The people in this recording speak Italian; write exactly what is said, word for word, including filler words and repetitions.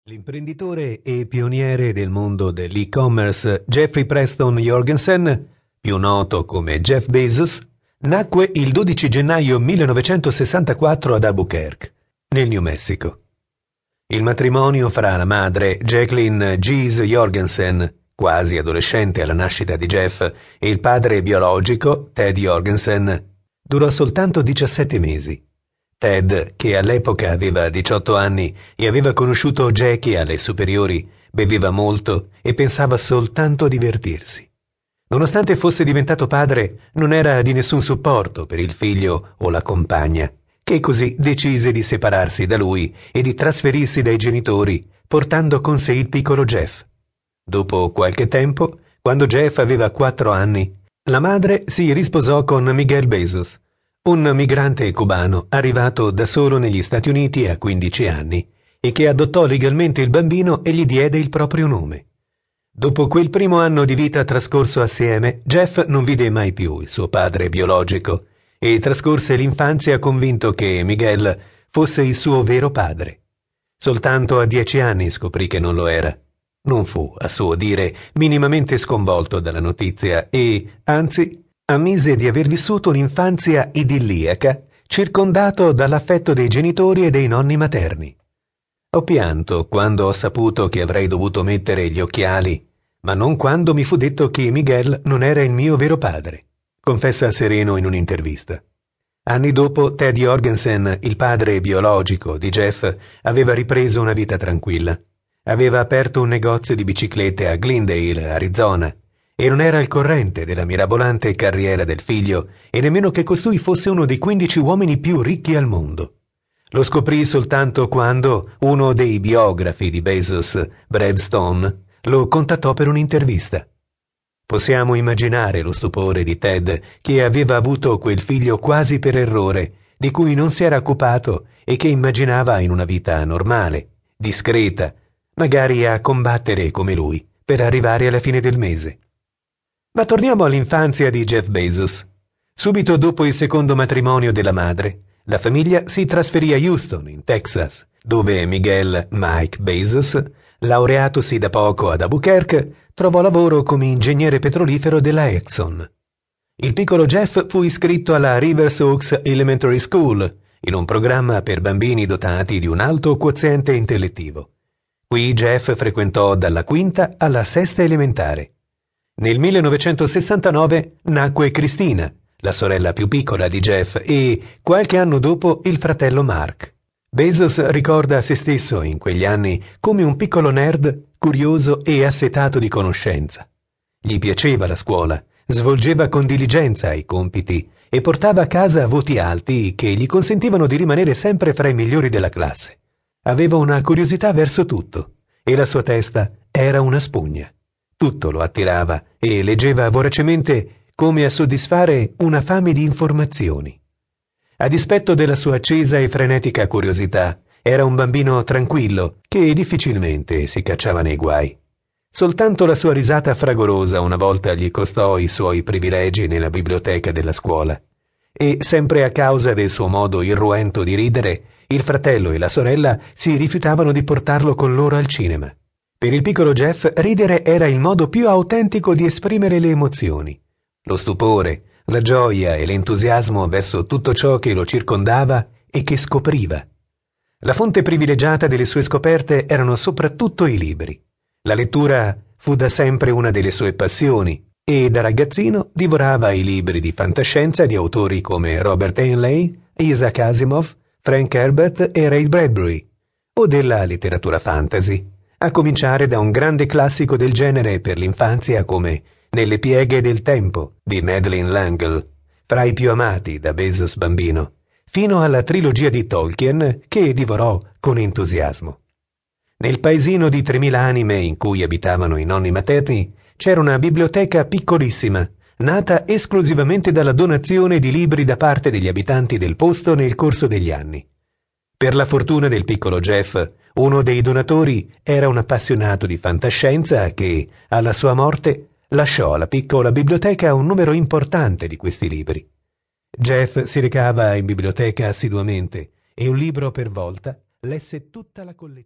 L'imprenditore e pioniere del mondo dell'e-commerce Jeffrey Preston Jorgensen, più noto come Jeff Bezos, nacque il dodici gennaio millenovecentosessantaquattro ad Albuquerque, nel New Mexico. Il matrimonio fra la madre Jacqueline Geese Jorgensen, quasi adolescente alla nascita di Jeff, e il padre biologico Ted Jorgensen durò soltanto diciassette mesi. Ted, che all'epoca aveva diciotto anni e aveva conosciuto Jackie alle superiori, beveva molto e pensava soltanto a divertirsi. Nonostante fosse diventato padre, non era di nessun supporto per il figlio o la compagna, che così decise di separarsi da lui e di trasferirsi dai genitori, portando con sé il piccolo Jeff. Dopo qualche tempo, quando Jeff aveva quattro anni, la madre si risposò con Miguel Bezos, un migrante cubano arrivato da solo negli Stati Uniti a quindici anni e che adottò legalmente il bambino e gli diede il proprio nome. Dopo quel primo anno di vita trascorso assieme, Jeff non vide mai più il suo padre biologico e trascorse l'infanzia convinto che Miguel fosse il suo vero padre. Soltanto a dieci anni scoprì che non lo era. Non fu, a suo dire, minimamente sconvolto dalla notizia e, anzi, ammise di aver vissuto un'infanzia idilliaca, circondato dall'affetto dei genitori e dei nonni materni. Ho pianto quando ho saputo che avrei dovuto mettere gli occhiali, ma non quando mi fu detto che Miguel non era il mio vero padre, confessa sereno in un'intervista. Anni dopo, Ted Jorgensen, il padre biologico di Jeff, aveva ripreso una vita tranquilla. Aveva aperto un negozio di biciclette a Glendale, Arizona, e non era al corrente della mirabolante carriera del figlio e nemmeno che costui fosse uno dei quindici uomini più ricchi al mondo. Lo scoprì soltanto quando uno dei biografi di Bezos, Brad Stone, lo contattò per un'intervista. Possiamo immaginare lo stupore di Ted, che aveva avuto quel figlio quasi per errore, di cui non si era occupato e che immaginava in una vita normale, discreta, magari a combattere come lui per arrivare alla fine del mese. Ma torniamo all'infanzia di Jeff Bezos. Subito dopo il secondo matrimonio della madre, la famiglia si trasferì a Houston, in Texas, dove Miguel Mike Bezos, laureatosi da poco ad Albuquerque, trovò lavoro come ingegnere petrolifero della Exxon. Il piccolo Jeff fu iscritto alla Rivers Oaks Elementary School, in un programma per bambini dotati di un alto quoziente intellettivo. Qui Jeff frequentò dalla quinta alla sesta elementare. Nel millenovecentosessantanove nacque Christina, la sorella più piccola di Jeff, e qualche anno dopo il fratello Mark. Bezos ricorda a se stesso in quegli anni come un piccolo nerd curioso e assetato di conoscenza. Gli piaceva la scuola, svolgeva con diligenza i compiti e portava a casa voti alti che gli consentivano di rimanere sempre fra i migliori della classe. Aveva una curiosità verso tutto e la sua testa era una spugna. Tutto lo attirava e leggeva voracemente come a soddisfare una fame di informazioni. A dispetto della sua accesa e frenetica curiosità, era un bambino tranquillo che difficilmente si cacciava nei guai. Soltanto la sua risata fragorosa una volta gli costò i suoi privilegi nella biblioteca della scuola. E, sempre a causa del suo modo irruento di ridere, il fratello e la sorella si rifiutavano di portarlo con loro al cinema. Per il piccolo Jeff, ridere era il modo più autentico di esprimere le emozioni. Lo stupore, la gioia e l'entusiasmo verso tutto ciò che lo circondava e che scopriva. La fonte privilegiata delle sue scoperte erano soprattutto i libri. La lettura fu da sempre una delle sue passioni e da ragazzino divorava i libri di fantascienza di autori come Robert Heinlein, Isaac Asimov, Frank Herbert e Ray Bradbury, o della letteratura fantasy, a cominciare da un grande classico del genere per l'infanzia come Nelle pieghe del tempo di Madeleine L'Engle, fra i più amati da Bezos bambino, fino alla trilogia di Tolkien che divorò con entusiasmo. Nel paesino di tremila anime in cui abitavano i nonni materni c'era una biblioteca piccolissima, nata esclusivamente dalla donazione di libri da parte degli abitanti del posto nel corso degli anni. Per la fortuna del piccolo Jeff, uno dei donatori era un appassionato di fantascienza che, alla sua morte, lasciò alla piccola biblioteca un numero importante di questi libri. Jeff si recava in biblioteca assiduamente e un libro per volta lesse tutta la collezione.